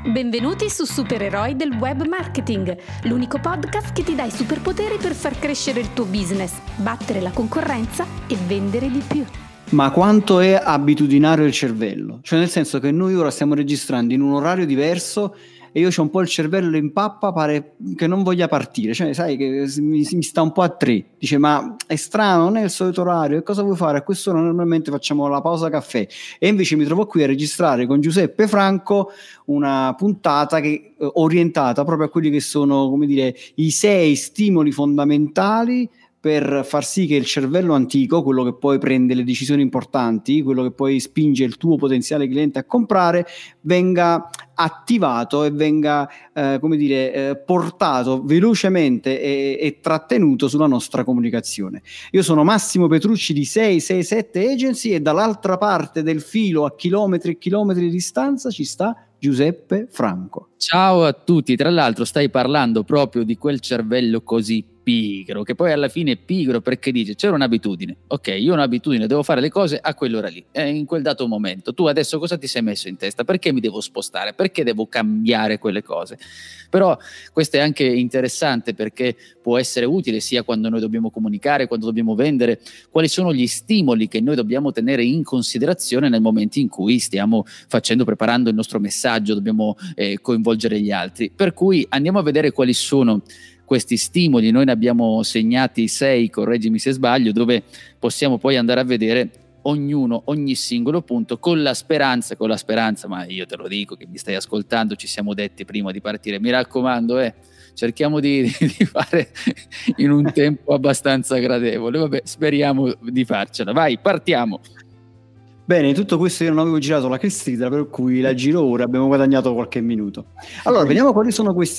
Benvenuti su Supereroi del Web Marketing, l'unico podcast che ti dà i superpoteri per far crescere il tuo business, battere la concorrenza e vendere di più. Ma quanto è abitudinario il cervello? Cioè, nel senso che noi ora stiamo registrando in un orario diverso e io c'ho un po' il cervello in pappa, pare che non voglia partire, cioè sai che mi sta un po' a tre, dice ma è strano, non è il solito orario, che cosa vuoi fare? A quest'ora normalmente facciamo la pausa caffè e invece mi trovo qui a registrare con Giuseppe Franco una puntata che orientata proprio a quelli che sono, come dire, i 6 stimoli fondamentali per far sì che il cervello antico, quello che poi prende le decisioni importanti, quello che poi spinge il tuo potenziale cliente a comprare, venga attivato e venga portato velocemente e trattenuto sulla nostra comunicazione. Io sono Massimo Petrucci di 667 Agency e dall'altra parte del filo, a chilometri e chilometri di distanza, ci sta Giuseppe Franco. Ciao a tutti, tra l'altro stai parlando proprio di quel cervello così pigro, che poi alla fine è pigro perché dice c'era un'abitudine, ok, io ho un'abitudine, devo fare le cose a quell'ora lì, in quel dato momento. Tu adesso cosa ti sei messo in testa? Perché mi devo spostare? Perché devo cambiare quelle cose? Però questo è anche interessante perché può essere utile sia quando noi dobbiamo comunicare, quando dobbiamo vendere, quali sono gli stimoli che noi dobbiamo tenere in considerazione nel momento in cui stiamo preparando il nostro messaggio, dobbiamo coinvolgere gli altri. Per cui andiamo a vedere quali sono questi stimoli. Noi ne abbiamo segnati 6, correggimi se sbaglio, dove possiamo poi andare a vedere ogni singolo punto con la speranza, ma io te lo dico che mi stai ascoltando, ci siamo detti prima di partire, mi raccomando, cerchiamo di fare in un tempo abbastanza gradevole, vabbè, speriamo di farcela, vai, partiamo. Bene, tutto questo io non avevo girato la clessidra, per cui la giro ora, abbiamo guadagnato qualche minuto. Allora, vediamo quali sono questi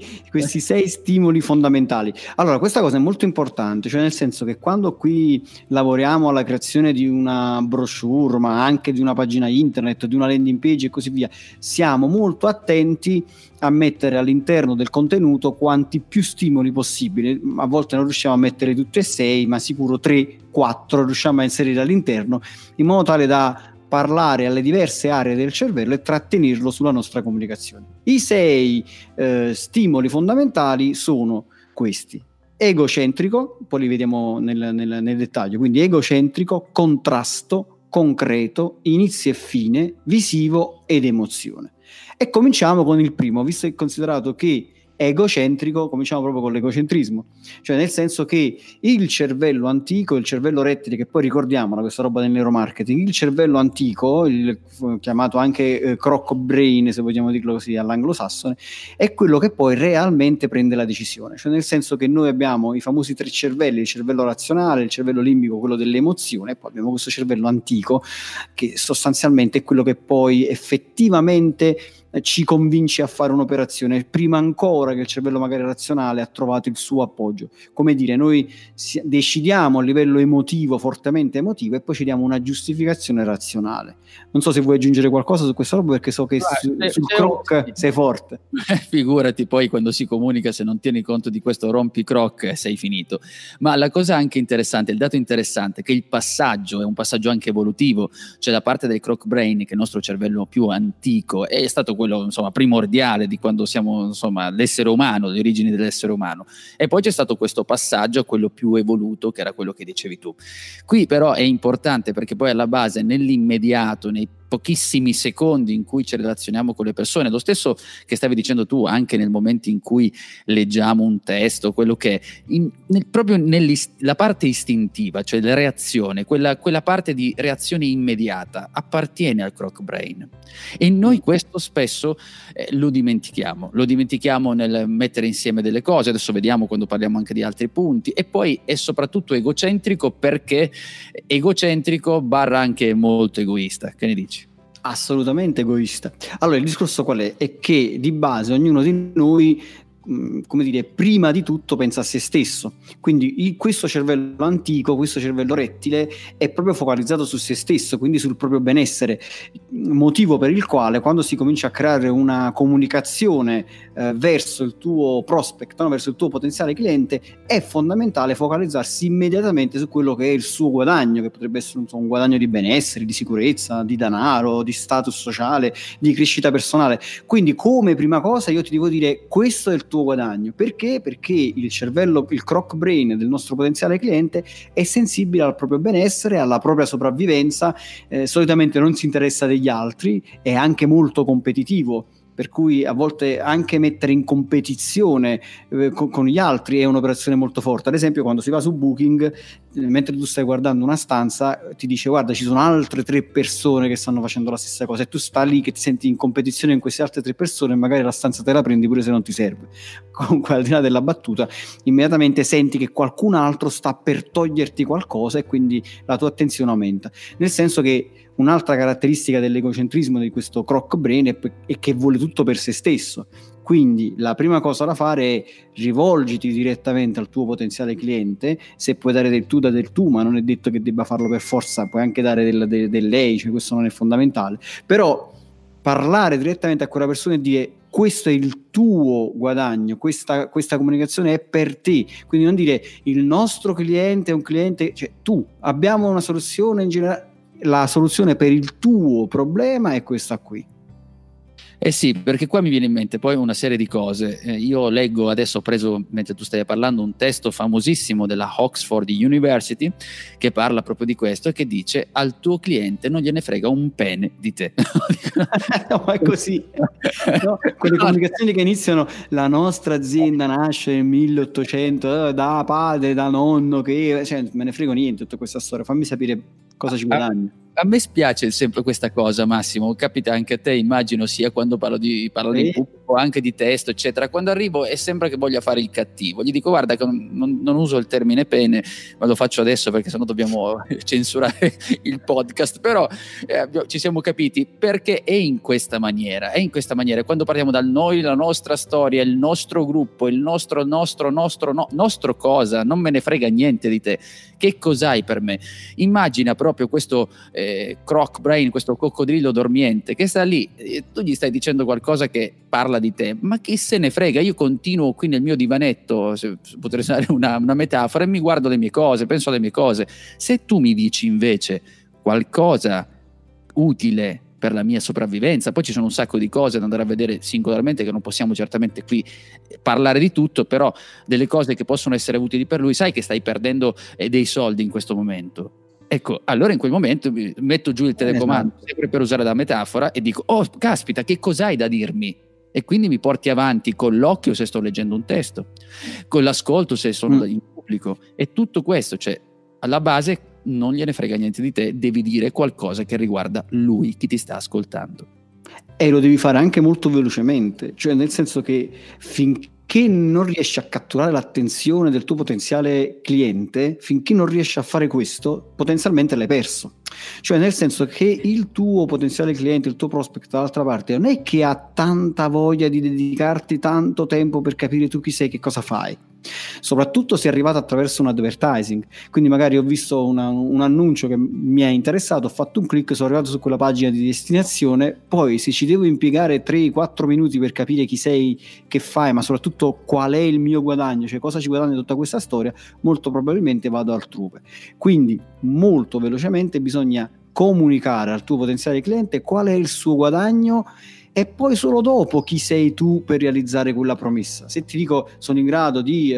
sei stimoli fondamentali. Allora, questa cosa è molto importante, cioè nel senso che quando qui lavoriamo alla creazione di una brochure, ma anche di una pagina internet, di una landing page e così via, siamo molto attenti a mettere all'interno del contenuto quanti più stimoli possibili. A volte non riusciamo a mettere tutti e 6, ma sicuro 3-4 riusciamo a inserire all'interno, in modo tale da parlare alle diverse aree del cervello e trattenerlo sulla nostra comunicazione. I 6 stimoli fondamentali sono questi: egocentrico, poi li vediamo nel dettaglio, quindi egocentrico, contrasto, concreto, inizio e fine, visivo ed emozione. E cominciamo con il primo, visto che è considerato che egocentrico, cominciamo proprio con l'egocentrismo, cioè nel senso che il cervello antico, il cervello rettile, che poi ricordiamola questa roba del neuromarketing, il cervello antico, chiamato anche croc brain, se vogliamo dirlo così all'anglosassone, è quello che poi realmente prende la decisione, cioè nel senso che noi abbiamo i famosi 3 cervelli, il cervello razionale, il cervello limbico, quello dell'emozione, e poi abbiamo questo cervello antico che sostanzialmente è quello che poi effettivamente ci convince a fare un'operazione prima ancora che il cervello magari razionale ha trovato il suo appoggio. Come dire, noi decidiamo a livello emotivo, fortemente emotivo, e poi ci diamo una giustificazione razionale. Non so se vuoi aggiungere qualcosa su questa roba, perché so che sul croc sei forte. Figurati, poi quando si comunica, se non tieni conto di questo rompi-croc, sei finito. Ma la cosa anche interessante, il dato interessante, è che il passaggio è un passaggio anche evolutivo, cioè da parte del croc brain, che è il nostro cervello più antico, è stato quello, insomma, primordiale di quando siamo, insomma, l'essere umano, le origini dell'essere umano, e poi c'è stato questo passaggio a quello più evoluto, che era quello che dicevi tu. Qui però è importante perché poi alla base, nell'immediato, nei pochissimi secondi in cui ci relazioniamo con le persone, lo stesso che stavi dicendo tu, anche nel momento in cui leggiamo un testo, quello che è proprio la parte istintiva, cioè la reazione, quella parte di reazione immediata appartiene al croc brain, e noi questo spesso lo dimentichiamo nel mettere insieme delle cose. Adesso vediamo quando parliamo anche di altri punti. E poi è soprattutto egocentrico, perché egocentrico barra anche molto egoista. Che ne dici? Assolutamente egoista. Allora, il discorso qual è? È che di base ognuno di noi come dire, prima di tutto pensa a se stesso. Quindi questo cervello antico, questo cervello rettile è proprio focalizzato su se stesso, quindi sul proprio benessere, motivo per il quale quando si comincia a creare una comunicazione verso il tuo prospect, no? Verso il tuo potenziale cliente, è fondamentale focalizzarsi immediatamente su quello che è il suo guadagno, che potrebbe essere un guadagno di benessere, di sicurezza, di denaro, di status sociale, di crescita personale. Quindi come prima cosa io ti devo dire: questo è il tuo guadagno. Perché? Perché il cervello, il croc brain del nostro potenziale cliente è sensibile al proprio benessere, alla propria sopravvivenza, solitamente non si interessa degli altri, è anche molto competitivo, per cui a volte anche mettere in competizione con gli altri è un'operazione molto forte. Ad esempio, quando si va su Booking, mentre tu stai guardando una stanza, ti dice: guarda, ci sono altre 3 persone che stanno facendo la stessa cosa, e tu stai lì che ti senti in competizione con queste altre 3 persone, e magari la stanza te la prendi pure se non ti serve. Comunque, al di là della battuta, immediatamente senti che qualcun altro sta per toglierti qualcosa, e quindi la tua attenzione aumenta. Nel senso che un'altra caratteristica dell'egocentrismo di questo croc brain è che vuole tutto per se stesso. Quindi la prima cosa da fare è: rivolgiti direttamente al tuo potenziale cliente. Se puoi dare del tu, da del tu, ma non è detto che debba farlo per forza, puoi anche dare del lei, cioè questo non è fondamentale, però parlare direttamente a quella persona e dire: questo è il tuo guadagno, questa comunicazione è per te. Quindi non dire: il nostro cliente è un cliente, cioè tu, abbiamo una soluzione in generale, la soluzione per il tuo problema è questa qui. Eh sì, perché qua mi viene in mente poi una serie di cose. Io leggo adesso, ho preso mentre tu stai parlando un testo famosissimo della Oxford University che parla proprio di questo e che dice: al tuo cliente non gliene frega un pene di te. No, è così. No, quelle comunicazioni che iniziano: la nostra azienda nasce nel 1800 da padre, da nonno, che cioè, me ne frego niente tutta questa storia, fammi sapere cosa ci guadagni. A me spiace sempre questa cosa, Massimo, capita anche a te, immagino, sia quando parlo in pubblico, anche di testo, eccetera. Quando arrivo e sembra che voglia fare il cattivo, gli dico: guarda che non uso il termine pene, ma lo faccio adesso perché sennò dobbiamo censurare il podcast, però ci siamo capiti, perché è in questa maniera, quando parliamo dal noi, la nostra storia, il nostro gruppo, il nostro cosa, non me ne frega niente di te, che cos'hai per me? Immagina proprio questo croc brain, questo coccodrillo dormiente che sta lì, tu gli stai dicendo qualcosa che parla di te, ma chi se ne frega, io continuo qui nel mio divanetto, se potrei usare una metafora, e mi guardo le mie cose, penso alle mie cose. Se tu mi dici invece qualcosa utile per la mia sopravvivenza, poi ci sono un sacco di cose da andare a vedere singolarmente, che non possiamo certamente qui parlare di tutto, però delle cose che possono essere utili per lui, sai che stai perdendo dei soldi in questo momento. Ecco, allora in quel momento metto giù il telecomando, sempre per usare la metafora, e dico: oh, caspita, che cos'hai da dirmi? E quindi mi porti avanti con l'occhio se sto leggendo un testo, con l'ascolto se sono in pubblico, e tutto questo, cioè, alla base non gliene frega niente di te, devi dire qualcosa che riguarda lui, chi ti sta ascoltando. E lo devi fare anche molto velocemente, cioè nel senso che finché non riesci a catturare l'attenzione del tuo potenziale cliente, finché non riesci a fare questo, potenzialmente l'hai perso. Cioè nel senso che il tuo potenziale cliente, il tuo prospect dall'altra parte, non è che ha tanta voglia di dedicarti tanto tempo per capire tu chi sei, che cosa fai. Soprattutto se è arrivato attraverso un advertising, quindi magari ho visto un annuncio che mi ha interessato, ho fatto un click, sono arrivato su quella pagina di destinazione, poi se ci devo impiegare 3-4 minuti per capire chi sei, che fai, ma soprattutto qual è il mio guadagno, cioè cosa ci guadagna tutta questa storia, molto probabilmente vado altrove. Quindi molto velocemente bisogna comunicare al tuo potenziale cliente qual è il suo guadagno, e poi solo dopo chi sei tu per realizzare quella promessa. Se ti dico: sono in grado di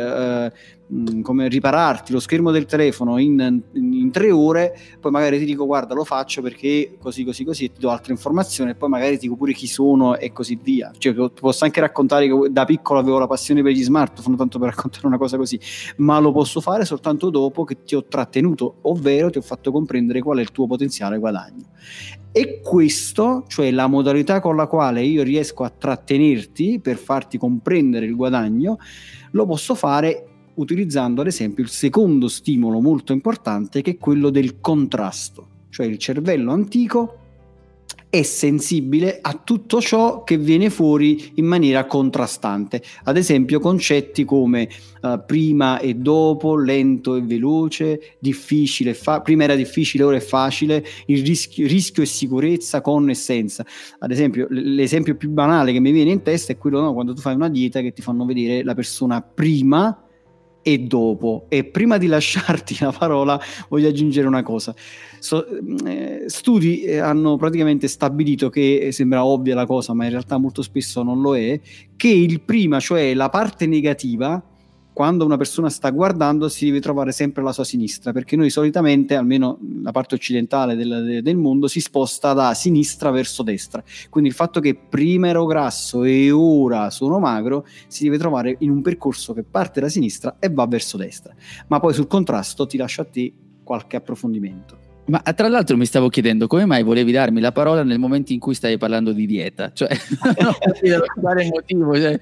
come ripararti lo schermo del telefono in 3 ore, poi magari ti dico: guarda, lo faccio perché così, e ti do altre informazioni, e poi magari ti dico pure chi sono e così via. Cioè, posso anche raccontare che da piccolo avevo la passione per gli smartphone, tanto per raccontare una cosa così, ma lo posso fare soltanto dopo che ti ho trattenuto, ovvero ti ho fatto comprendere qual è il tuo potenziale guadagno. E questo, cioè la modalità con la quale io riesco a trattenerti per farti comprendere il guadagno, lo posso fare utilizzando ad esempio il secondo stimolo molto importante, che è quello del contrasto. Cioè il cervello antico è sensibile a tutto ciò che viene fuori in maniera contrastante. Ad esempio concetti come prima e dopo, lento e veloce, difficile, prima era difficile, ora è facile, il rischio e sicurezza, con e senza. Ad esempio, l'esempio più banale che mi viene in testa è quello, no, quando tu fai una dieta che ti fanno vedere la persona prima e dopo, e prima di lasciarti la parola voglio aggiungere una cosa. Studi hanno praticamente stabilito, che sembra ovvia la cosa ma in realtà molto spesso non lo è, che il prima, cioè la parte negativa, quando una persona sta guardando si deve trovare sempre alla sua sinistra, perché noi solitamente, almeno la parte occidentale del mondo, si sposta da sinistra verso destra. Quindi il fatto che prima ero grasso e ora sono magro si deve trovare in un percorso che parte da sinistra e va verso destra. Ma poi sul contrasto ti lascio a te qualche approfondimento. Ma tra l'altro mi stavo chiedendo come mai volevi darmi la parola nel momento in cui stavi parlando di dieta, cioè non capivo quale motivo, cioè,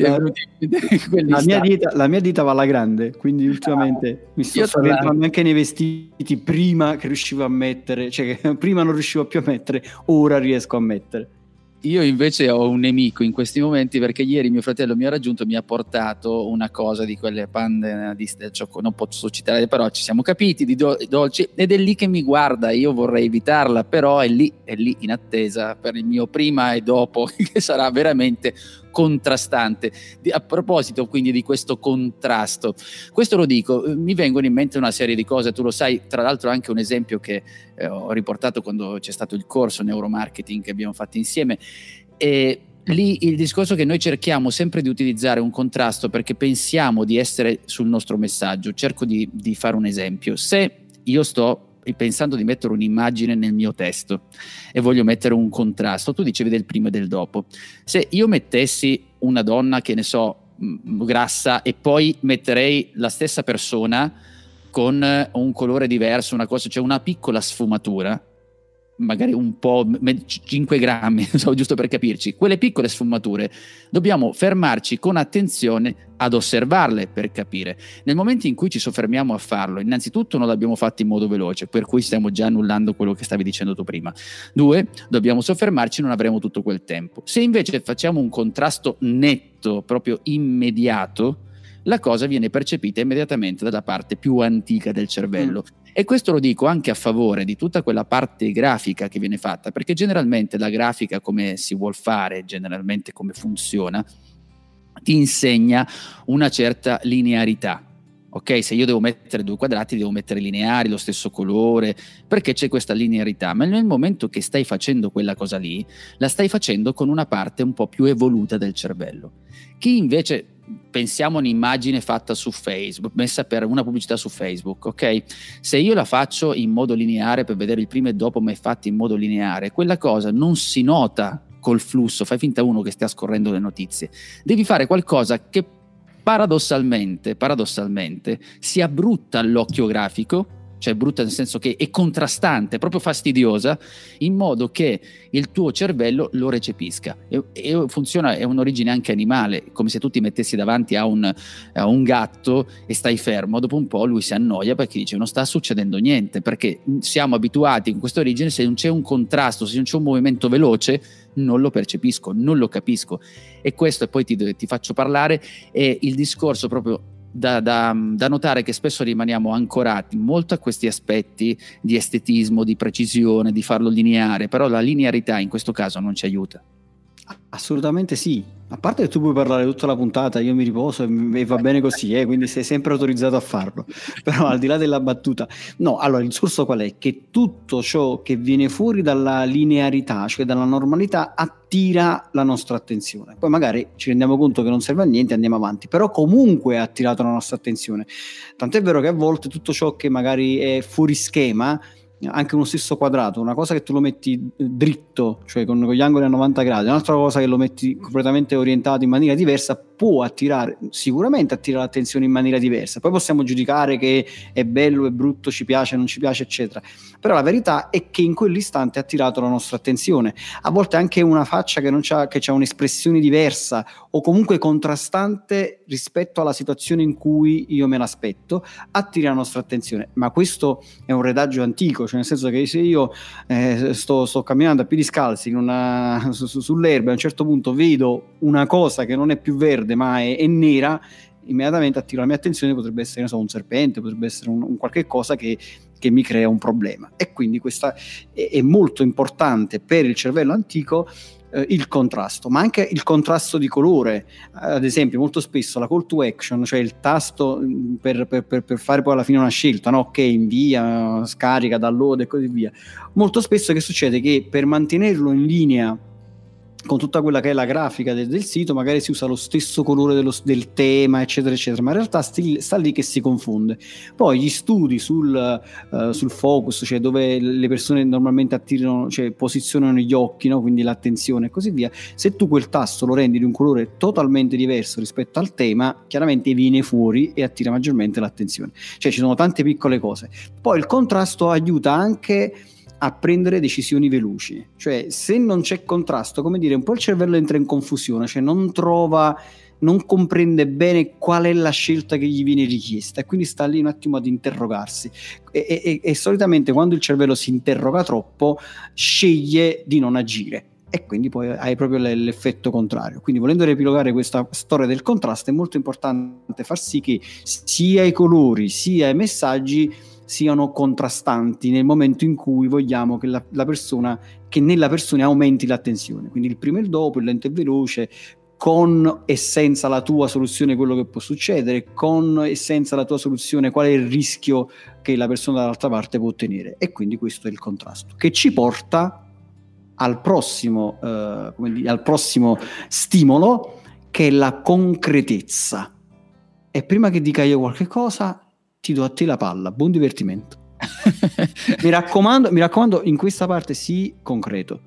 la mia dieta va alla grande, quindi ultimamente mi sto subentrando anche nei vestiti prima che riuscivo a mettere, cioè che prima non riuscivo più a mettere, ora riesco a mettere. Io invece ho un nemico in questi momenti, perché ieri mio fratello mi ha raggiunto, mi ha portato una cosa di quelle pande di non posso citare, però ci siamo capiti, di dolci, ed è lì che mi guarda. Io vorrei evitarla, però è lì in attesa per il mio prima e dopo, che sarà veramente contrastante. A proposito quindi di questo contrasto, questo lo dico, mi vengono in mente una serie di cose, tu lo sai, tra l'altro anche un esempio che ho riportato quando c'è stato il corso neuromarketing che abbiamo fatto insieme, e lì il discorso che noi cerchiamo sempre di utilizzare un contrasto perché pensiamo di essere sul nostro messaggio. Cerco di fare un esempio. Se io sto pensando di mettere un'immagine nel mio testo e voglio mettere un contrasto, tu dicevi del prima e del dopo. Se io mettessi una donna, che ne so, grassa, e poi metterei la stessa persona con un colore diverso, una cosa, cioè una piccola sfumatura, magari un po', 5 grammi, so, giusto per capirci, quelle piccole sfumature dobbiamo fermarci con attenzione ad osservarle per capire. Nel momento in cui ci soffermiamo a farlo, innanzitutto non l'abbiamo fatto in modo veloce, per cui stiamo già annullando quello che stavi dicendo tu prima. 2, dobbiamo soffermarci, non avremo tutto quel tempo. Se invece facciamo un contrasto netto, proprio immediato, la cosa viene percepita immediatamente dalla parte più antica del cervello. E questo lo dico anche a favore di tutta quella parte grafica che viene fatta, perché generalmente la grafica, come si vuol fare, generalmente come funziona, ti insegna una certa linearità. Ok, se io devo mettere 2 quadrati, devo mettere lineari, lo stesso colore, perché c'è questa linearità. Ma nel momento che stai facendo quella cosa lì, la stai facendo con una parte un po' più evoluta del cervello. Chi invece, pensiamo a un'immagine fatta su Facebook, messa per una pubblicità su Facebook, ok? Se io la faccio in modo lineare per vedere il prima e dopo, ma è fatta in modo lineare, quella cosa non si nota col flusso. Fai finta uno che stia scorrendo le notizie. Devi fare qualcosa che paradossalmente sia brutta all'occhio grafico, cioè brutta nel senso che è contrastante, proprio fastidiosa, in modo che il tuo cervello lo recepisca. E funziona, è un'origine anche animale, come se tu ti mettessi davanti a un gatto e stai fermo, dopo un po' lui si annoia perché dice non sta succedendo niente, perché siamo abituati in questa origine, se non c'è un contrasto, se non c'è un movimento veloce, non lo percepisco, non lo capisco. E questo, e poi ti faccio parlare, è il discorso proprio da notare, che spesso rimaniamo ancorati molto a questi aspetti di estetismo, di precisione, di farlo lineare, però la linearità in questo caso non ci aiuta. Assolutamente sì, a parte che tu puoi parlare tutta la puntata, io mi riposo e va bene così, quindi sei sempre autorizzato a farlo, però al di là della battuta, no, allora il discorso qual è? Che tutto ciò che viene fuori dalla linearità, cioè dalla normalità, attira la nostra attenzione. Poi magari ci rendiamo conto che non serve a niente e andiamo avanti, però comunque ha attirato la nostra attenzione. Tant'è vero che a volte tutto ciò che magari è fuori schema, anche uno stesso quadrato, una cosa che tu lo metti dritto, cioè con gli angoli a 90 gradi, un'altra cosa che lo metti completamente orientato in maniera diversa, può attirare, sicuramente attira l'attenzione in maniera diversa. Poi possiamo giudicare che è bello, è brutto, ci piace, non ci piace, eccetera, però la verità è che in quell'istante ha attirato la nostra attenzione. A volte anche una faccia che c'ha un'espressione diversa o comunque contrastante rispetto alla situazione in cui io me l'aspetto, attiri la nostra attenzione. Ma questo è un retaggio antico, cioè nel senso che se io sto camminando a piedi scalzi sull'erba, a un certo punto vedo una cosa che non è più verde ma è nera, immediatamente attiro la mia attenzione. Potrebbe essere, non so, un serpente, potrebbe essere un qualche cosa che mi crea un problema. E quindi questa è molto importante per il cervello antico, il contrasto, ma anche il contrasto di colore. Ad esempio, molto spesso la call to action, cioè il tasto per fare poi alla fine una scelta, no? Ok, invia, scarica, download e così via. Molto spesso che succede? Che per mantenerlo in linea con tutta quella che è la grafica del sito, magari si usa lo stesso colore del tema, eccetera eccetera, ma in realtà sta lì che si confonde. Poi gli studi sul focus, cioè dove le persone normalmente attirano, cioè posizionano gli occhi, no? Quindi l'attenzione e così via, se tu quel tasto lo rendi di un colore totalmente diverso rispetto al tema, chiaramente viene fuori e attira maggiormente l'attenzione. Cioè ci sono tante piccole cose. Poi il contrasto aiuta anche a prendere decisioni veloci, cioè se non c'è contrasto, come dire, un po' il cervello entra in confusione, cioè non comprende bene qual è la scelta che gli viene richiesta e quindi sta lì un attimo ad interrogarsi e solitamente quando il cervello si interroga troppo sceglie di non agire e quindi poi hai proprio l'effetto contrario. Quindi, volendo riepilogare questa storia del contrasto, è molto importante far sì che sia i colori sia i messaggi siano contrastanti nel momento in cui vogliamo che nella persona aumenti l'attenzione. Quindi il prima e il dopo, il lento e il veloce, con e senza la tua soluzione quello che può succedere, con e senza la tua soluzione qual è il rischio che la persona dall'altra parte può ottenere. E quindi questo è il contrasto, che ci porta al prossimo stimolo, che è la concretezza. E prima che dica io qualche cosa, ti do a te la palla. Buon divertimento. mi raccomando, in questa parte sii concreto.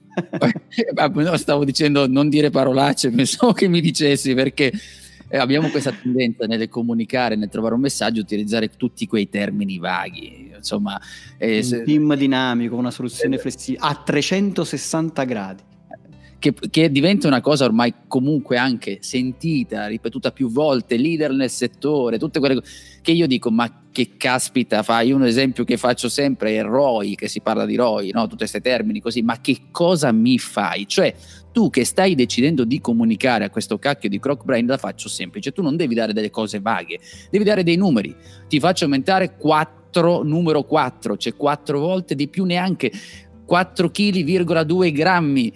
No, stavo dicendo non dire parolacce, pensavo che mi dicessi, perché abbiamo questa tendenza nel comunicare, nel trovare un messaggio, utilizzare tutti quei termini vaghi, insomma, un team dinamico, una soluzione flessibile a 360 gradi. Che diventa una cosa ormai comunque anche sentita, ripetuta più volte, leader nel settore, tutte quelle cose che io dico, ma che caspita fai? Un esempio che faccio sempre è ROI, che si parla di ROI, no? Tutti questi termini così, ma che cosa mi fai? Cioè, tu che stai decidendo di comunicare a questo cacchio di croc brain, la faccio semplice, tu non devi dare delle cose vaghe, devi dare dei numeri. Ti faccio aumentare numero 4, cioè 4 volte di più, neanche 4,2 kg,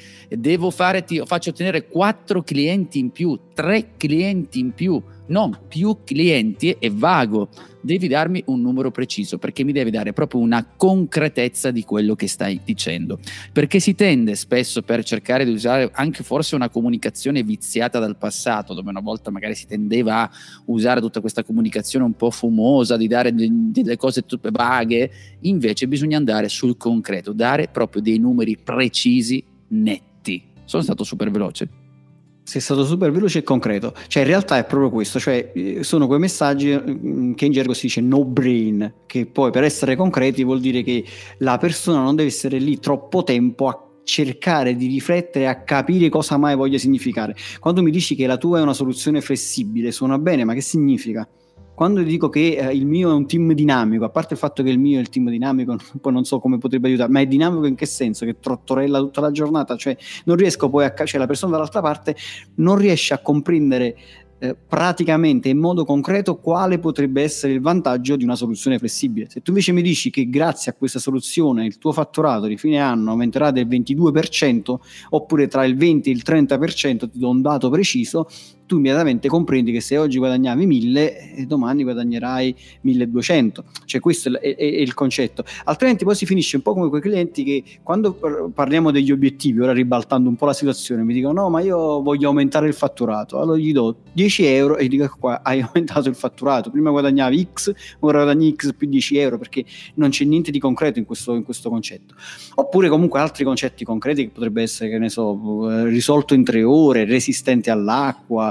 faccio ottenere 4 clienti in più, 3 clienti in più, non più clienti. È vago, devi darmi un numero preciso, perché mi devi dare proprio una concretezza di quello che stai dicendo, perché si tende spesso, per cercare di usare anche forse una comunicazione viziata dal passato, dove una volta magari si tendeva a usare tutta questa comunicazione un po' fumosa, di dare delle cose tutte vaghe. Invece bisogna andare sul concreto, dare proprio dei numeri precisi, netti. Sono stato super veloce? Sei stato super veloce e concreto, cioè in realtà è proprio questo, cioè sono quei messaggi che in gergo si dice no brain, che poi per essere concreti vuol dire che la persona non deve essere lì troppo tempo a cercare di riflettere, a capire cosa mai voglia significare. Quando mi dici che la tua è una soluzione flessibile, suona bene, ma che significa? Quando dico che il mio è un team dinamico, a parte il fatto che il mio è il team dinamico, poi non so come potrebbe aiutare, ma è dinamico in che senso? Che trottorella tutta la giornata? Cioè non riesco poi cioè la persona dall'altra parte non riesce a comprendere praticamente in modo concreto quale potrebbe essere il vantaggio di una soluzione flessibile. Se tu invece mi dici che grazie a questa soluzione il tuo fatturato di fine anno aumenterà del 22%, oppure tra il 20 e il 30%, ti do un dato preciso, tu immediatamente comprendi che se oggi guadagnavi 1000 domani guadagnerai 1200. Cioè questo è il concetto. Altrimenti poi si finisce un po' come quei clienti che quando parliamo degli obiettivi, ora ribaltando un po' la situazione, mi dicono no, ma io voglio aumentare il fatturato, allora gli do 10 euro e dico qua hai aumentato il fatturato, prima guadagnavi X, ora guadagni X più 10 euro, perché non c'è niente di concreto in questo concetto. Oppure comunque altri concetti concreti che potrebbe essere, che ne so, risolto in 3 ore, resistente all'acqua,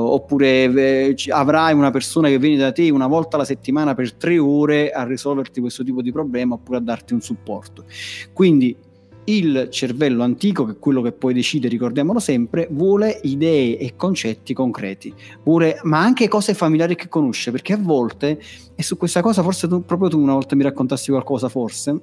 oppure avrai una persona che viene da te una volta alla settimana per 3 ore a risolverti questo tipo di problema, oppure a darti un supporto. Quindi il cervello antico, che è quello che poi decide, ricordiamolo sempre, vuole idee e concetti concreti, ma anche cose familiari che conosce, perché a volte, e su questa cosa forse proprio tu una volta mi raccontassi qualcosa, forse,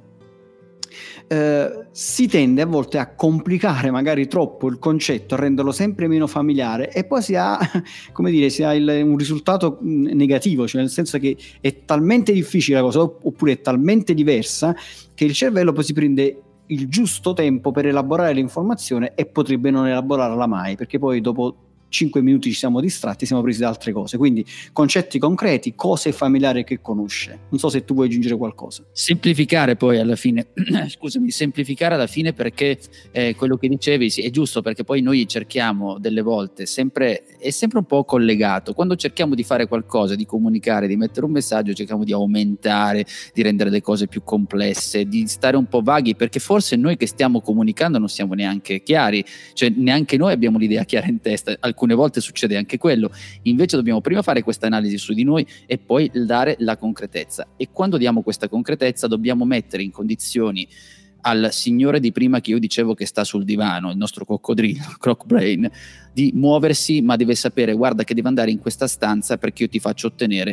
si tende a volte a complicare magari troppo il concetto, a renderlo sempre meno familiare, e poi si ha, come dire, un risultato negativo, cioè nel senso che è talmente difficile la cosa, oppure è talmente diversa, che il cervello poi si prende il giusto tempo per elaborare l'informazione e potrebbe non elaborarla mai, perché poi dopo 5 minuti ci siamo distratti, siamo presi da altre cose. Quindi concetti concreti, cose familiari che conosce. Non so se tu vuoi aggiungere qualcosa. Semplificare poi alla fine, scusami, semplificare alla fine, perché quello che dicevi è giusto, perché poi noi cerchiamo delle volte, è sempre un po' collegato, quando cerchiamo di fare qualcosa, di comunicare, di mettere un messaggio, cerchiamo di aumentare, di rendere le cose più complesse, di stare un po' vaghi, perché forse noi che stiamo comunicando non siamo neanche chiari, cioè neanche noi abbiamo l'idea chiara in testa. Alcune volte succede anche quello, invece dobbiamo prima fare questa analisi su di noi e poi dare la concretezza, e quando diamo questa concretezza dobbiamo mettere in condizioni al signore di prima che io dicevo che sta sul divano, il nostro coccodrillo, Croc Brain, di muoversi, ma deve sapere: guarda che deve andare in questa stanza perché io ti faccio ottenere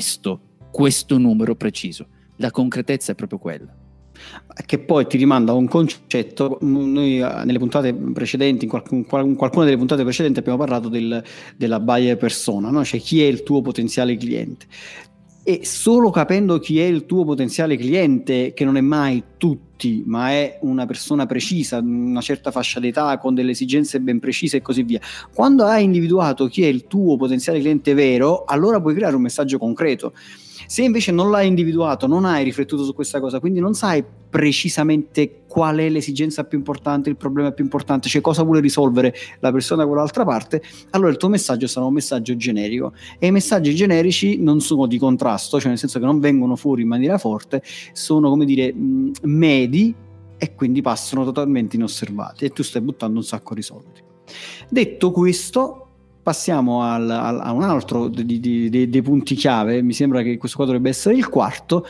questo numero preciso. La concretezza è proprio quella. Che poi ti rimanda a un concetto. Noi nelle puntate precedenti, in qualcuna delle puntate precedenti abbiamo parlato della buyer persona, no? Cioè chi è il tuo potenziale cliente, e solo capendo chi è il tuo potenziale cliente, che non è mai tutti, ma è una persona precisa, una certa fascia d'età, con delle esigenze ben precise e così via, quando hai individuato chi è il tuo potenziale cliente vero, allora puoi creare un messaggio concreto. Se invece non l'hai individuato, non hai riflettuto su questa cosa, quindi non sai precisamente qual è l'esigenza più importante, il problema più importante, cioè cosa vuole risolvere la persona da quell'altra parte, allora il tuo messaggio sarà un messaggio generico, e i messaggi generici non sono di contrasto, cioè nel senso che non vengono fuori in maniera forte, sono, come dire, medi, e quindi passano totalmente inosservati e tu stai buttando un sacco di soldi. Detto questo, passiamo a un altro dei punti chiave. Mi sembra che questo qua dovrebbe essere il quarto: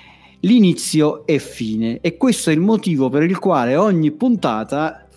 l'inizio e fine. E questo è il motivo per il quale ogni puntata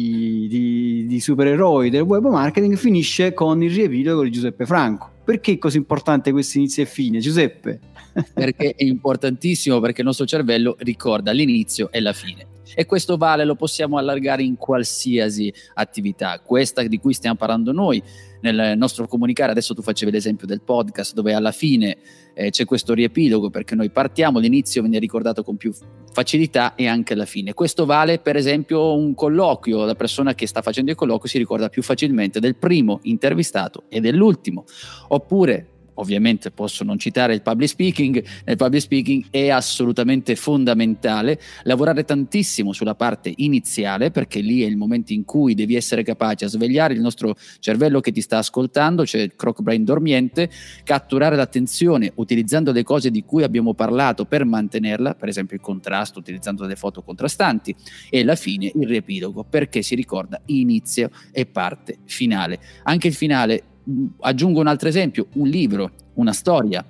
di supereroi del web marketing finisce con il riepilogo di Giuseppe Franco. Perché è così importante questo inizio e fine, Giuseppe? Perché è importantissimo, perché il nostro cervello ricorda l'inizio e la fine, e questo lo possiamo allargare in qualsiasi attività. Questa di cui stiamo parlando noi nel nostro comunicare, adesso tu facevi l'esempio del podcast, dove alla fine c'è questo riepilogo, perché noi partiamo, l'inizio viene ricordato con più facilità e anche alla fine. Questo vale per esempio un colloquio: la persona che sta facendo il colloquio si ricorda più facilmente del primo intervistato e dell'ultimo. Oppure, ovviamente posso non citare il public speaking. Nel public speaking è assolutamente fondamentale lavorare tantissimo sulla parte iniziale, perché lì è il momento in cui devi essere capace a svegliare il nostro cervello che ti sta ascoltando, cioè il Croc Brain dormiente, catturare l'attenzione utilizzando le cose di cui abbiamo parlato per mantenerla, per esempio il contrasto, utilizzando delle foto contrastanti, e la fine, il riepilogo, perché si ricorda inizio e parte finale. Anche il finale, aggiungo un altro esempio: un libro, una storia,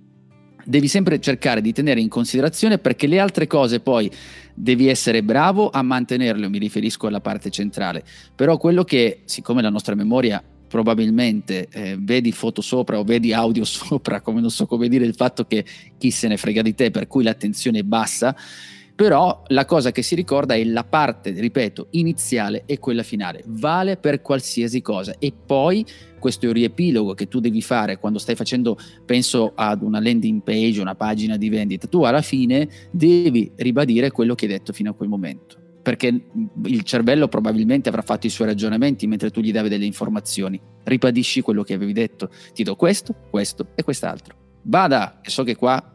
devi sempre cercare di tenere in considerazione, perché le altre cose poi devi essere bravo a mantenerle. Mi riferisco alla parte centrale, però quello che, siccome la nostra memoria probabilmente vedi foto sopra o vedi audio sopra, come non so come dire, il fatto che chi se ne frega di te, per cui l'attenzione è bassa, però la cosa che si ricorda è la parte, ripeto, iniziale e quella finale. Vale per qualsiasi cosa. E poi questo è un riepilogo che tu devi fare quando stai facendo, penso ad una landing page, una pagina di vendita. Tu alla fine devi ribadire quello che hai detto fino a quel momento, perché il cervello probabilmente avrà fatto i suoi ragionamenti mentre tu gli davi delle informazioni. Ribadisci quello che avevi detto: ti do questo, questo e quest'altro. Bada, che so che qua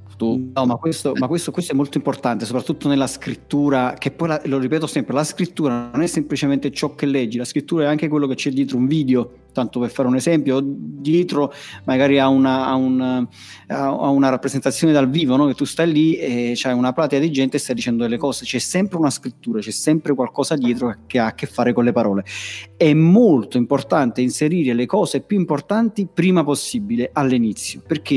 No, ma questo è molto importante, soprattutto nella scrittura, che poi lo ripeto sempre, la scrittura non è semplicemente ciò che leggi, la scrittura è anche quello che c'è dietro un video, tanto per fare un esempio, dietro magari a una rappresentazione dal vivo, no? Che tu stai lì e c'hai una platea di gente e stai dicendo delle cose, c'è sempre una scrittura, c'è sempre qualcosa dietro che ha a che fare con le parole. È molto importante inserire le cose più importanti prima possibile all'inizio, perché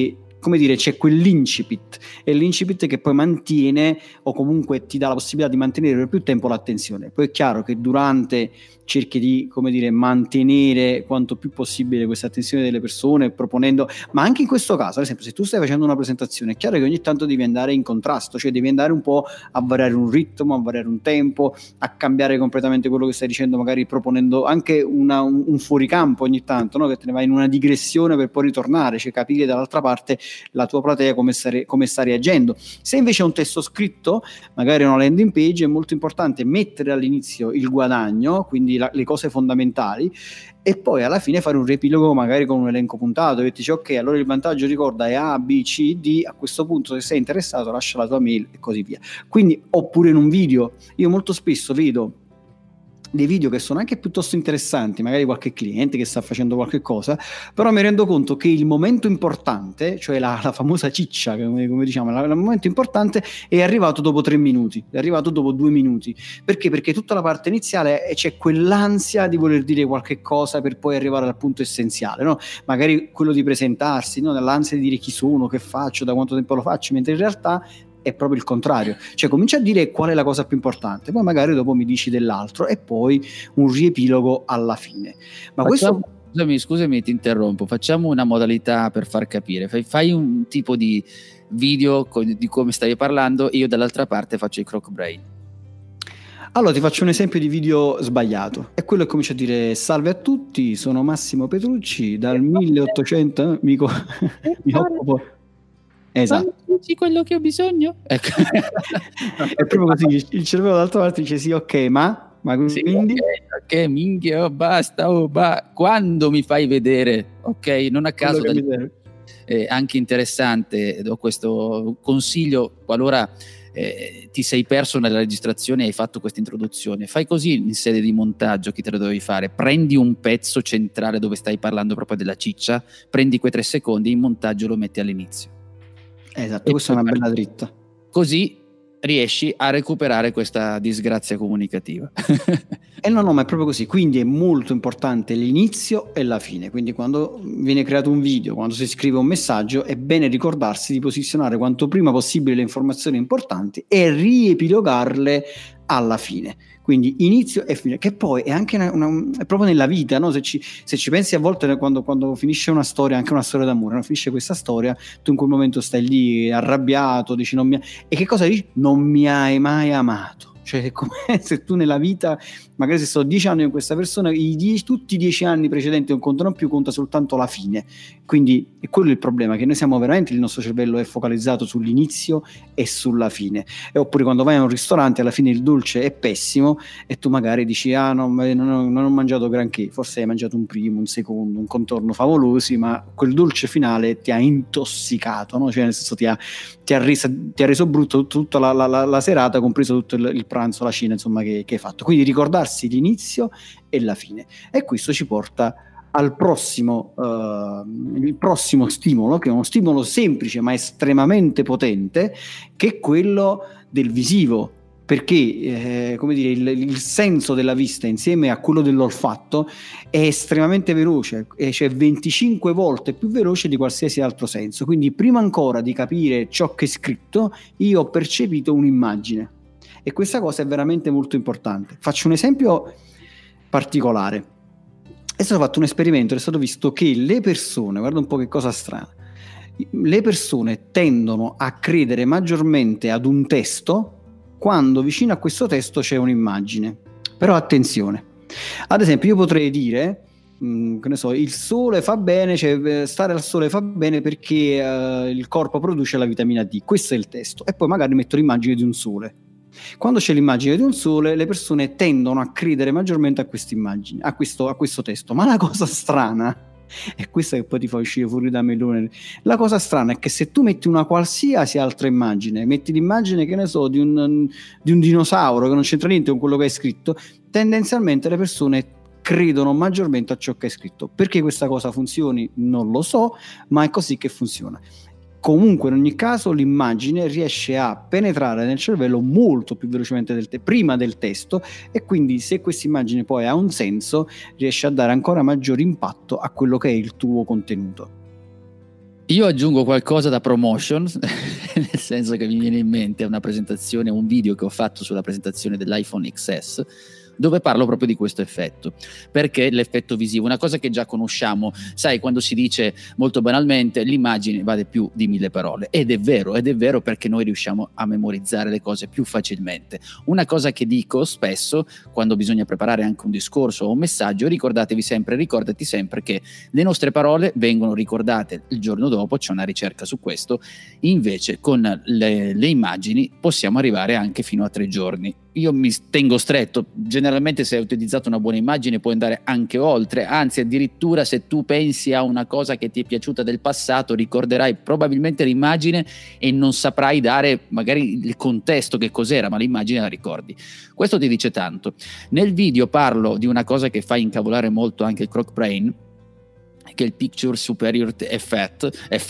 come dire, c'è quell'incipit, e l'incipit che poi mantiene, o comunque ti dà la possibilità di mantenere per più tempo l'attenzione. Poi è chiaro che durante cerchi di, come dire, mantenere quanto più possibile questa attenzione delle persone, proponendo, ma anche in questo caso, ad esempio, se tu stai facendo una presentazione, è chiaro che ogni tanto devi andare in contrasto, cioè devi andare un po' a variare un ritmo, a variare un tempo, a cambiare completamente quello che stai dicendo, magari proponendo anche un fuoricampo ogni tanto, no? Che te ne vai in una digressione per poi ritornare, cioè capire dall'altra parte la tua platea come sta reagendo. Se invece è un testo scritto, magari una landing page, è molto importante mettere all'inizio il guadagno, quindi le cose fondamentali, e poi alla fine fare un riepilogo magari con un elenco puntato e dici ok, allora il vantaggio, ricorda, è A, B, C, D, a questo punto se sei interessato lascia la tua mail e così via. Quindi, oppure in un video, io molto spesso vedo dei video che sono anche piuttosto interessanti, magari qualche cliente che sta facendo qualche cosa, però mi rendo conto che il momento importante, cioè la famosa ciccia, come diciamo, il momento importante è arrivato dopo 3 minuti, è arrivato dopo 2 minuti. Perché? Perché tutta la parte iniziale c'è quell'ansia di voler dire qualche cosa per poi arrivare al punto essenziale, no? Magari quello di presentarsi, no? Nell'ansia di dire chi sono, che faccio, da quanto tempo lo faccio, mentre in realtà è proprio il contrario, cioè comincia a dire qual è la cosa più importante, poi magari dopo mi dici dell'altro e poi un riepilogo alla fine. Ma Scusami, ti interrompo, facciamo una modalità per far capire, fai un tipo di video di come stai parlando e io dall'altra parte faccio il croc brain. Allora ti faccio un esempio di video sbagliato, è quello che comincia a dire: salve a tutti, sono Massimo Petrucci, dal 1800 mi occupo. Esatto. Dici quello che ho bisogno? Ecco. È proprio così, il cervello dall'altra parte dice sì, ok, ma sì, quindi ok, minchia, basta, quando mi fai vedere, ok, non a caso anche interessante, do questo consiglio qualora ti sei perso nella registrazione e hai fatto questa introduzione, fai così in sede di montaggio che te lo dovevi fare, prendi un pezzo centrale dove stai parlando proprio della ciccia, prendi quei 3 secondi, in montaggio lo metti all'inizio. Esatto, questa è una bella dritta. Così riesci a recuperare questa disgrazia comunicativa. No, ma è proprio così. Quindi è molto importante l'inizio e la fine. Quindi quando viene creato un video, quando si scrive un messaggio, è bene ricordarsi di posizionare quanto prima possibile le informazioni importanti e riepilogarle alla fine. Quindi inizio e fine, che poi è anche è proprio nella vita, no? Se ci pensi a volte, quando finisce una storia, anche una storia d'amore, no? Finisce questa storia, tu in quel momento stai lì arrabbiato, dici e che cosa dici? Non mi hai mai amato. Cioè è come se tu nella vita, magari se sto 10 anni con questa persona, tutti i 10 anni precedenti non contano più, conta soltanto la fine. Quindi è quello il problema, che noi siamo veramente, il nostro cervello è focalizzato sull'inizio e sulla fine. E oppure quando vai a un ristorante, alla fine il dolce è pessimo e tu magari dici non ho mangiato granché, forse hai mangiato un primo, un secondo, un contorno favolosi, ma quel dolce finale ti ha intossicato, no? Cioè nel senso ti ha reso brutto tutta la serata, compreso tutto il pranzo, la cena, insomma, che hai fatto. Quindi ricordarsi l'inizio e la fine, e questo ci porta al prossimo il prossimo stimolo, che è uno stimolo semplice ma estremamente potente, che è quello del visivo, perché come dire, il senso della vista insieme a quello dell'olfatto è estremamente veloce, cioè 25 volte più veloce di qualsiasi altro senso. Quindi prima ancora di capire ciò che è scritto, io ho percepito un'immagine, e questa cosa è veramente molto importante. Faccio un esempio particolare. È stato fatto un esperimento, è stato visto che le persone, guarda un po' che cosa strana, le persone tendono a credere maggiormente ad un testo quando vicino a questo testo c'è un'immagine. Però attenzione, ad esempio io potrei dire, che ne so, il sole fa bene, cioè stare al sole fa bene perché il corpo produce la vitamina D, questo è il testo, e poi magari metto l'immagine di un sole. Quando c'è l'immagine di un sole, le persone tendono a credere maggiormente a questa immagine, a questo testo. Ma la cosa strana è questa, che poi ti fa uscire fuori da melone. La cosa strana è che se tu metti una qualsiasi altra immagine, metti l'immagine, che ne so, di un dinosauro che non c'entra niente con quello che hai scritto, tendenzialmente le persone credono maggiormente a ciò che hai scritto. Perché questa cosa funzioni non lo so, ma è così che funziona. Comunque in ogni caso l'immagine riesce a penetrare nel cervello molto più velocemente prima del testo, e quindi se questa immagine poi ha un senso riesce a dare ancora maggiore impatto a quello che è il tuo contenuto. Io aggiungo qualcosa da promotion, nel senso che mi viene in mente una presentazione, un video che ho fatto sulla presentazione dell'iPhone XS, dove parlo proprio di questo effetto, perché l'effetto visivo, una cosa che già conosciamo, sai, quando si dice molto banalmente l'immagine vale più di 1000 parole, ed è vero perché noi riusciamo a memorizzare le cose più facilmente. Una cosa che dico spesso quando bisogna preparare anche un discorso o un messaggio: ricordati sempre che le nostre parole vengono ricordate il giorno dopo, c'è una ricerca su questo, invece con le immagini possiamo arrivare anche fino a 3 giorni. Io mi tengo stretto, generalmente se hai utilizzato una buona immagine puoi andare anche oltre, anzi addirittura se tu pensi a una cosa che ti è piaciuta del passato ricorderai probabilmente l'immagine e non saprai dare magari il contesto che cos'era, ma l'immagine la ricordi. Questo ti dice tanto. Nel video parlo di una cosa che fa incavolare molto anche il Croc Brain, che è il Picture Superior Effect.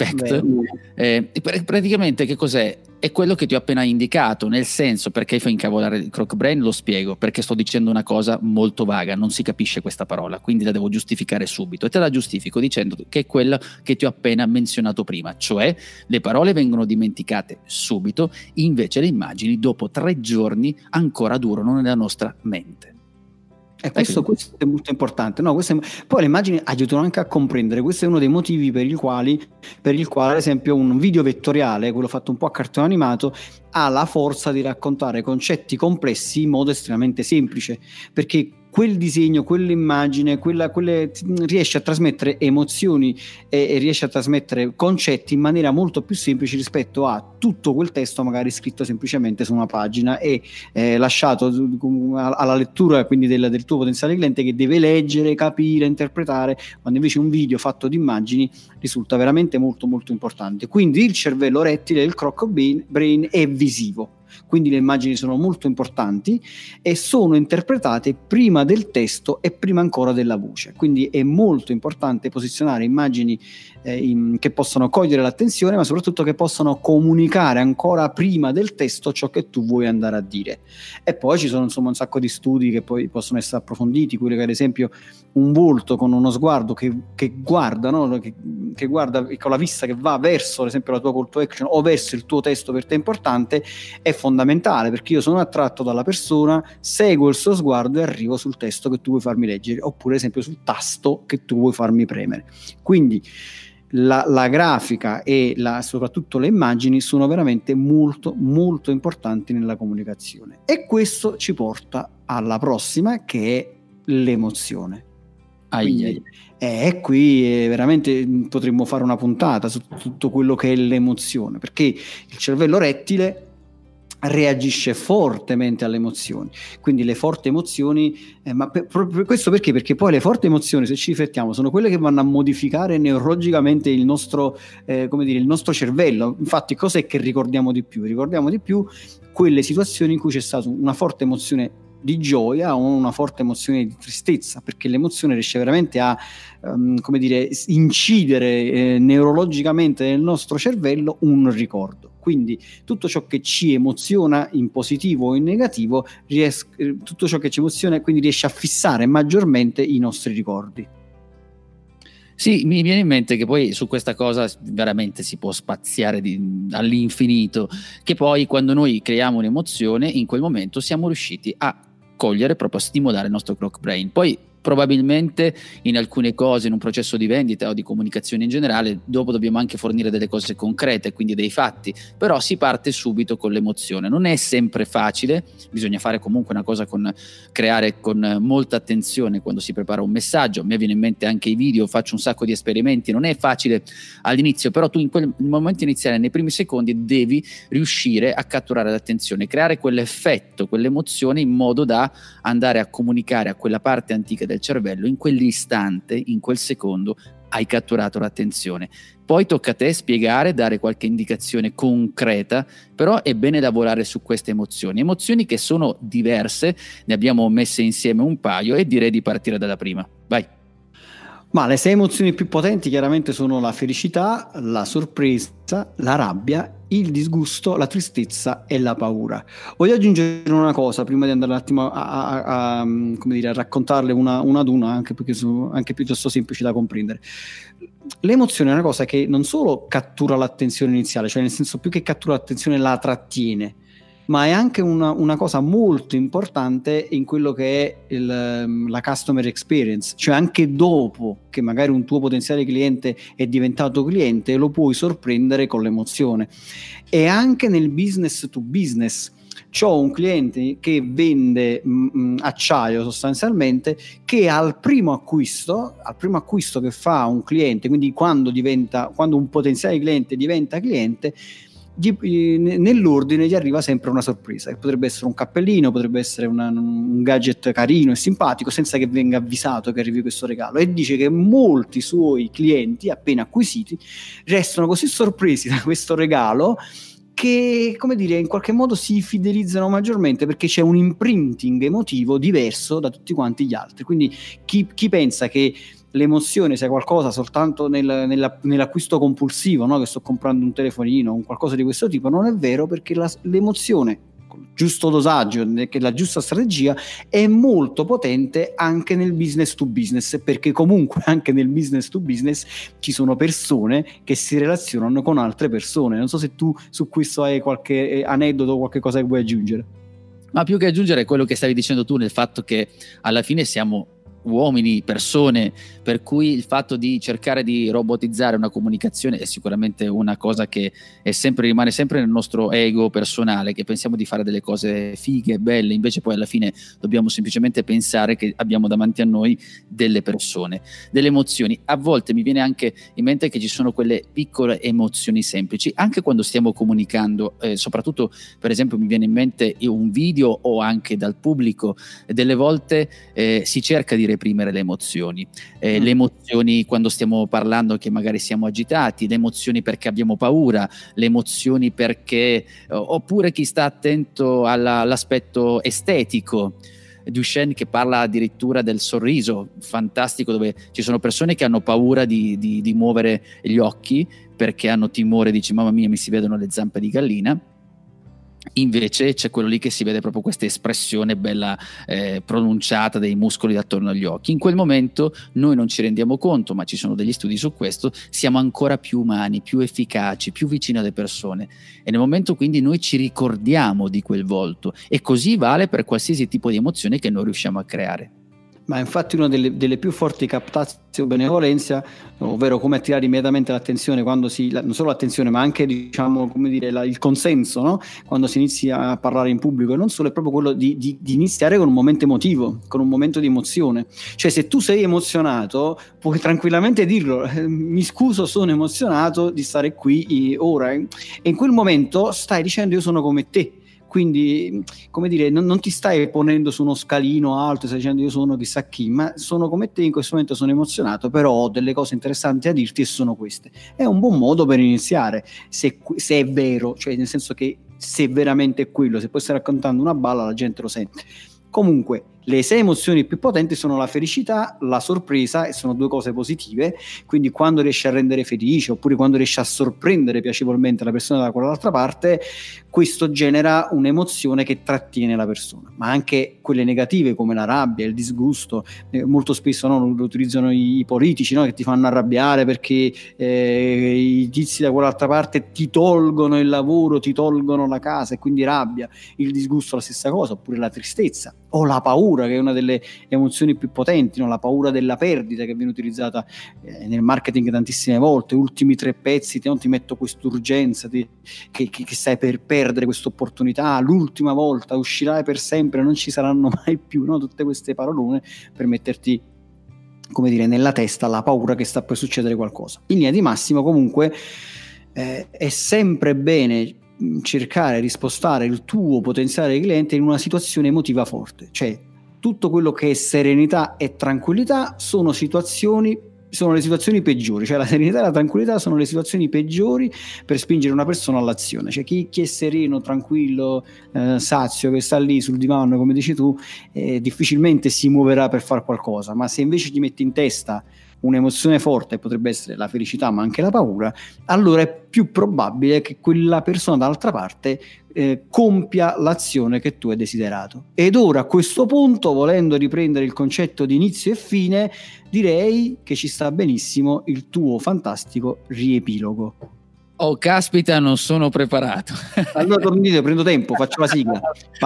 Praticamente che cos'è? È quello che ti ho appena indicato, nel senso, perché fa incavolare il Croc Brain, lo spiego, perché sto dicendo una cosa molto vaga, non si capisce questa parola, quindi la devo giustificare subito, e te la giustifico dicendo che è quella che ti ho appena menzionato prima, cioè le parole vengono dimenticate subito, invece le immagini dopo 3 giorni ancora durano nella nostra mente. E questo è molto importante, no? Poi le immagini aiutano anche a comprendere. Questo è uno dei motivi per il quale ad esempio un video vettoriale, quello fatto un po' a cartone animato, ha la forza di raccontare concetti complessi in modo estremamente semplice, perché quel disegno, quell'immagine, riesce a trasmettere emozioni e riesce a trasmettere concetti in maniera molto più semplice rispetto a tutto quel testo magari scritto semplicemente su una pagina e lasciato alla lettura quindi del tuo potenziale cliente, che deve leggere, capire, interpretare, quando invece un video fatto di immagini risulta veramente molto molto importante. Quindi il cervello rettile, il Croc Brain, è visivo. Quindi le immagini sono molto importanti e sono interpretate prima del testo e prima ancora della voce, quindi è molto importante posizionare immagini che possono cogliere l'attenzione, ma soprattutto che possono comunicare ancora prima del testo ciò che tu vuoi andare a dire. E poi ci sono insomma un sacco di studi che poi possono essere approfonditi, quelli che ad esempio un volto con uno sguardo che guarda, no? che guarda con la vista che va verso ad esempio la tua call to action o verso il tuo testo per te importante, è fondamentale, perché io sono attratto dalla persona, seguo il suo sguardo e arrivo sul testo che tu vuoi farmi leggere, oppure ad esempio sul tasto che tu vuoi farmi premere. Quindi la grafica e soprattutto le immagini sono veramente molto molto importanti nella comunicazione, e questo ci porta alla prossima, che è l'emozione. Qui veramente potremmo fare una puntata su tutto quello che è l'emozione, perché il cervello rettile reagisce fortemente alle emozioni, quindi le forti emozioni, ma questo perché poi le forti emozioni, se ci riflettiamo, sono quelle che vanno a modificare neurologicamente il nostro il nostro cervello. Infatti cos'è che ricordiamo di più? Ricordiamo di più quelle situazioni in cui c'è stata una forte emozione di gioia o una forte emozione di tristezza, perché l'emozione riesce veramente a incidere neurologicamente nel nostro cervello un ricordo. Quindi tutto ciò che ci emoziona in positivo o in negativo, tutto ciò che ci emoziona quindi riesce a fissare maggiormente i nostri ricordi. Sì, mi viene in mente che poi su questa cosa veramente si può spaziare all'infinito, che poi quando noi creiamo un'emozione, in quel momento siamo riusciti a cogliere, proprio a stimolare il nostro Croc Brain. Poi probabilmente in alcune cose, in un processo di vendita o di comunicazione in generale, dopo dobbiamo anche fornire delle cose concrete, quindi dei fatti, però si parte subito con l'emozione. Non è sempre facile, bisogna fare comunque una cosa creare con molta attenzione quando si prepara un messaggio. A me viene in mente anche i video, faccio un sacco di esperimenti, non è facile all'inizio, però tu in quel momento iniziale, nei primi secondi, devi riuscire a catturare l'attenzione, creare quell'effetto, quell'emozione, in modo da andare a comunicare a quella parte antica del cervello: in quell'istante, in quel secondo hai catturato l'attenzione. Poi tocca a te spiegare, dare qualche indicazione concreta, però è bene lavorare su queste emozioni che sono diverse, ne abbiamo messe insieme un paio e direi di partire dalla prima. Vai. Ma le 6 emozioni più potenti chiaramente sono la felicità, la sorpresa, la rabbia, il disgusto, la tristezza e la paura. Voglio aggiungere una cosa prima di andare un attimo a raccontarle una ad una, anche perché sono anche piuttosto semplici da comprendere. l'emozione è una cosa che non solo cattura l'attenzione iniziale, cioè nel senso più che cattura l'attenzione la trattiene, ma è anche una cosa molto importante in quello che è la customer experience, cioè anche dopo che magari un tuo potenziale cliente è diventato cliente lo puoi sorprendere con l'emozione. E anche nel business to business, c'ho un cliente che vende acciaio sostanzialmente, che al primo acquisto che fa un cliente, quindi quando un potenziale cliente diventa cliente, nell'ordine gli arriva sempre una sorpresa, che potrebbe essere un cappellino, potrebbe essere un gadget carino e simpatico, senza che venga avvisato che arrivi questo regalo. E dice che molti suoi clienti appena acquisiti restano così sorpresi da questo regalo che, come dire, in qualche modo si fidelizzano maggiormente, perché c'è un imprinting emotivo diverso da tutti quanti gli altri. Quindi chi pensa che l'emozione sia qualcosa soltanto nell'acquisto compulsivo, no? Che sto comprando un telefonino, un qualcosa di questo tipo, non è vero, perché l'emozione, con il giusto dosaggio, che la giusta strategia, è molto potente anche nel business to business, perché comunque anche nel business to business ci sono persone che si relazionano con altre persone. Non so se tu su questo hai qualche aneddoto, qualche cosa che vuoi aggiungere. Ma più che aggiungere è quello che stavi dicendo tu, nel fatto che alla fine siamo uomini, persone, per cui il fatto di cercare di robotizzare una comunicazione è sicuramente una cosa che rimane sempre nel nostro ego personale, che pensiamo di fare delle cose fighe, belle, invece poi alla fine dobbiamo semplicemente pensare che abbiamo davanti a noi delle persone, delle emozioni. A volte mi viene anche in mente che ci sono quelle piccole emozioni semplici, anche quando stiamo comunicando, soprattutto per esempio mi viene in mente un video o anche dal pubblico, delle volte si cerca di reprimere le emozioni, le emozioni quando stiamo parlando che magari siamo agitati, le emozioni perché abbiamo paura, le emozioni perché oppure chi sta attento all'aspetto estetico. Duchenne che parla addirittura del sorriso fantastico, dove ci sono persone che hanno paura di muovere gli occhi perché hanno timore, dice mamma mia mi si vedono le zampe di gallina. Invece c'è quello lì che si vede proprio questa espressione bella pronunciata dei muscoli attorno agli occhi. In quel momento noi non ci rendiamo conto, ma ci sono degli studi su questo, siamo ancora più umani, più efficaci, più vicini alle persone, e nel momento quindi noi ci ricordiamo di quel volto, e così vale per qualsiasi tipo di emozione che noi riusciamo a creare. Ma infatti una delle più forti captazioni benevolenza, ovvero come attirare immediatamente l'attenzione quando non solo l'attenzione ma anche, diciamo, come dire, il consenso, no? Quando si inizia a parlare in pubblico, e non solo, è proprio quello di iniziare con un momento emotivo, con un momento di emozione. Cioè se tu sei emozionato puoi tranquillamente dirlo, mi scuso, sono emozionato di stare qui ora, e in quel momento stai dicendo io sono come te. Quindi, come dire, non ti stai ponendo su uno scalino alto, stai dicendo io sono chissà chi, ma sono come te, in questo momento sono emozionato, però ho delle cose interessanti a dirti e sono queste. È un buon modo per iniziare, se è vero, cioè nel senso che se veramente è quello, se poi stai raccontando una balla la gente lo sente. Comunque, le 6 emozioni più potenti sono la felicità, la sorpresa, e sono 2 cose positive. Quindi quando riesci a rendere felice, oppure quando riesci a sorprendere piacevolmente la persona da quell'altra parte, questo genera un'emozione che trattiene la persona. Ma anche quelle negative come la rabbia, il disgusto, molto spesso lo utilizzano i politici, no? Che ti fanno arrabbiare perché i tizi da quell'altra parte ti tolgono il lavoro, ti tolgono la casa, e quindi rabbia. Il disgusto la stessa cosa, oppure la tristezza o la paura, che è una delle emozioni più potenti, no? La paura della perdita, che viene utilizzata nel marketing tantissime volte. Ultimi 3 pezzi, non ti metto quest'urgenza che stai per perdere questa opportunità, l'ultima volta, uscirai per sempre, non ci saranno mai più, no? Tutte queste parolone per metterti, come dire, nella testa la paura che sta per succedere qualcosa. In linea di massimo, comunque, è sempre bene cercare di spostare il tuo potenziale cliente in una situazione emotiva forte. Cioè, tutto quello che è serenità e tranquillità sono le situazioni peggiori. Cioè la serenità e la tranquillità sono le situazioni peggiori per spingere una persona all'azione. Cioè chi è sereno, tranquillo, sazio, che sta lì sul divano, come dici tu, difficilmente si muoverà per fare qualcosa. Ma se invece gli metti in testa un'emozione forte, potrebbe essere la felicità ma anche la paura, allora è più probabile che quella persona dall'altra parte compia l'azione che tu hai desiderato. Ed ora a questo punto, volendo riprendere il concetto di inizio e fine, direi che ci sta benissimo il tuo fantastico riepilogo. Oh caspita, non sono preparato. Allora tornite, prendo tempo, faccio la sigla.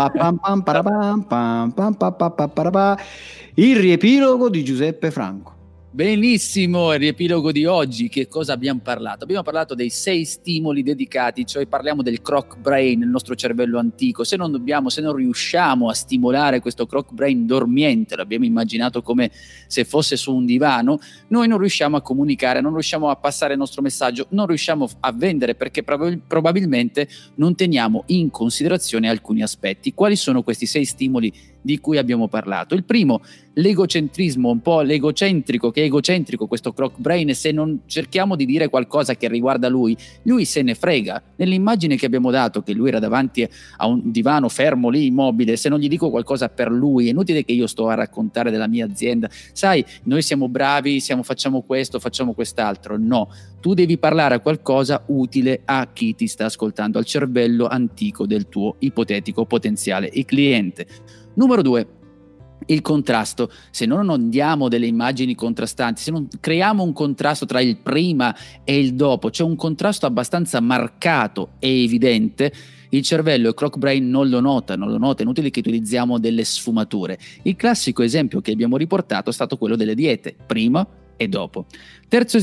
Il riepilogo di Giuseppe Franco. Benissimo, il riepilogo di oggi, che cosa abbiamo parlato? Abbiamo parlato dei 6 stimoli dedicati, cioè parliamo del croc brain, il nostro cervello antico. Se non riusciamo a stimolare questo croc brain dormiente, l'abbiamo immaginato come se fosse su un divano, noi non riusciamo a comunicare, non riusciamo a passare il nostro messaggio, non riusciamo a vendere perché probabilmente non teniamo in considerazione alcuni aspetti. Quali sono questi 6 stimoli di cui abbiamo parlato? Il primo, l'egocentrismo, un po' l'egocentrico, che è egocentrico questo croc brain, e se non cerchiamo di dire qualcosa che riguarda lui se ne frega. Nell'immagine che abbiamo dato, che lui era davanti a un divano fermo lì immobile, se non gli dico qualcosa per lui, è inutile che io sto a raccontare della mia azienda, sai, noi siamo bravi, facciamo questo, facciamo quest'altro. No, tu devi parlare a qualcosa utile a chi ti sta ascoltando, al cervello antico del tuo ipotetico potenziale cliente. Numero 2, il contrasto. Se non andiamo delle immagini contrastanti, se non creiamo un contrasto tra il prima e il dopo, cioè un contrasto abbastanza marcato e evidente, il cervello, il croc brain non lo nota, è inutile che utilizziamo delle sfumature. Il classico esempio che abbiamo riportato è stato quello delle diete, prima e dopo. Terzo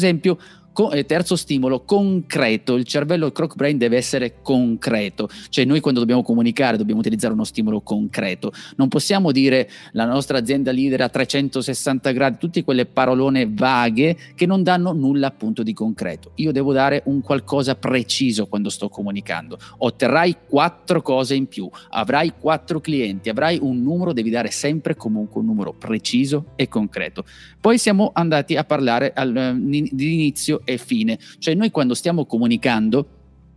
stimolo, concreto. Il cervello, il croc brain deve essere concreto, cioè noi quando dobbiamo comunicare dobbiamo utilizzare uno stimolo concreto. Non possiamo dire la nostra azienda leader a 360 gradi, tutte quelle parolone vaghe che non danno nulla appunto di concreto. Io devo dare un qualcosa preciso quando sto comunicando. Otterrai 4 cose in più, avrai 4 clienti, avrai un numero, devi dare sempre comunque un numero preciso e concreto. Poi siamo andati a parlare di inizio e fine, cioè noi quando stiamo comunicando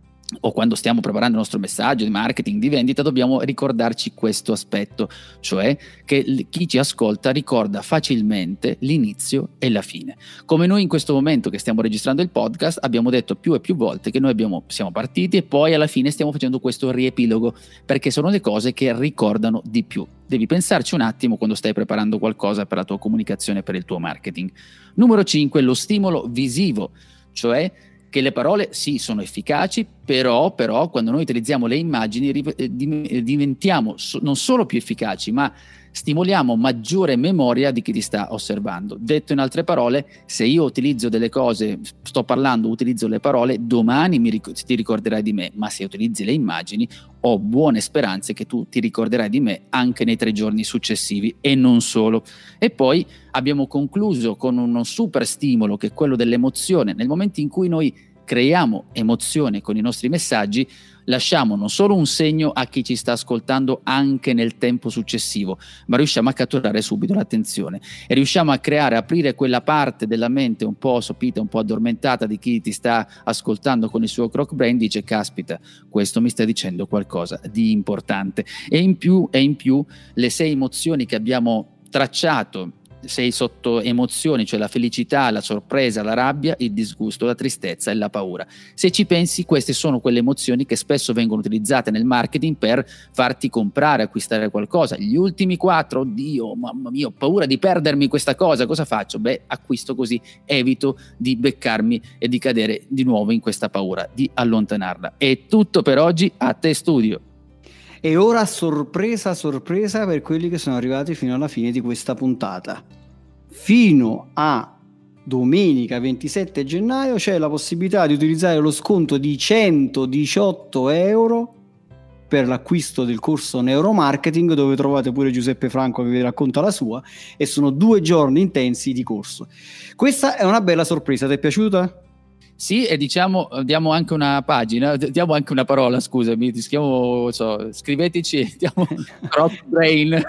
o quando stiamo preparando il nostro messaggio di marketing, di vendita, dobbiamo ricordarci questo aspetto, cioè che chi ci ascolta ricorda facilmente l'inizio e la fine. Come noi in questo momento che stiamo registrando il podcast abbiamo detto più e più volte che noi siamo partiti e poi alla fine stiamo facendo questo riepilogo, perché sono le cose che ricordano di più. Devi pensarci un attimo quando stai preparando qualcosa per la tua comunicazione, per il tuo marketing. Numero 5, lo stimolo visivo, cioè che le parole sì sono efficaci, però quando noi utilizziamo le immagini diventiamo non solo più efficaci, ma stimoliamo maggiore memoria di chi ti sta osservando. Detto in altre parole, se io utilizzo delle cose, utilizzo le parole, domani ti ricorderai di me, ma se utilizzi le immagini ho buone speranze che tu ti ricorderai di me anche nei 3 giorni successivi e non solo. E poi abbiamo concluso con uno super stimolo che è quello dell'emozione. Nel momento in cui noi creiamo emozione con i nostri messaggi, lasciamo non solo un segno a chi ci sta ascoltando anche nel tempo successivo, ma riusciamo a catturare subito l'attenzione e riusciamo a aprire quella parte della mente un po' sopita, un po' addormentata di chi ti sta ascoltando con il suo croc brain, dice caspita, questo mi sta dicendo qualcosa di importante. E in più le 6 emozioni che abbiamo tracciato, 6 sotto emozioni, cioè la felicità, la sorpresa, la rabbia, il disgusto, la tristezza e la paura. Se ci pensi, queste sono quelle emozioni che spesso vengono utilizzate nel marketing per farti comprare, acquistare qualcosa. Gli ultimi 4, oddio, mamma mia, ho paura di perdermi questa cosa, cosa faccio? Beh, acquisto così evito di beccarmi e di cadere di nuovo in questa paura, di allontanarla. È tutto per oggi, a te studio. E ora sorpresa per quelli che sono arrivati fino alla fine di questa puntata. Fino a domenica 27 gennaio c'è la possibilità di utilizzare lo sconto di 118 euro per l'acquisto del corso Neuromarketing, dove trovate pure Giuseppe Franco che vi racconta la sua, e sono 2 giorni intensi di corso. Questa è una bella sorpresa, ti è piaciuta? Sì, e diamo anche una pagina, diamo anche una parola, scusami, scriveteci, diamo croc brain.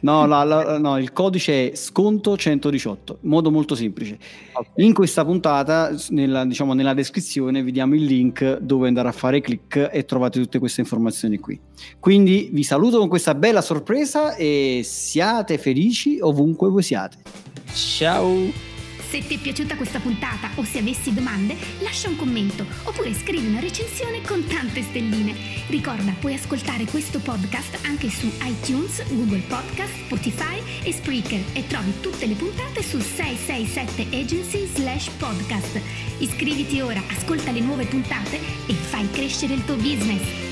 No, il codice è sconto 118, in modo molto semplice. Okay. In questa puntata, nella descrizione, vi diamo il link dove andare a fare click e trovate tutte queste informazioni qui. Quindi vi saluto con questa bella sorpresa e siate felici ovunque voi siate. Ciao! Se ti è piaciuta questa puntata o se avessi domande, lascia un commento oppure scrivi una recensione con tante stelline. Ricorda, puoi ascoltare questo podcast anche su iTunes, Google Podcast, Spotify e Spreaker e trovi tutte le puntate su 667agency/podcast. Iscriviti ora, ascolta le nuove puntate e fai crescere il tuo business.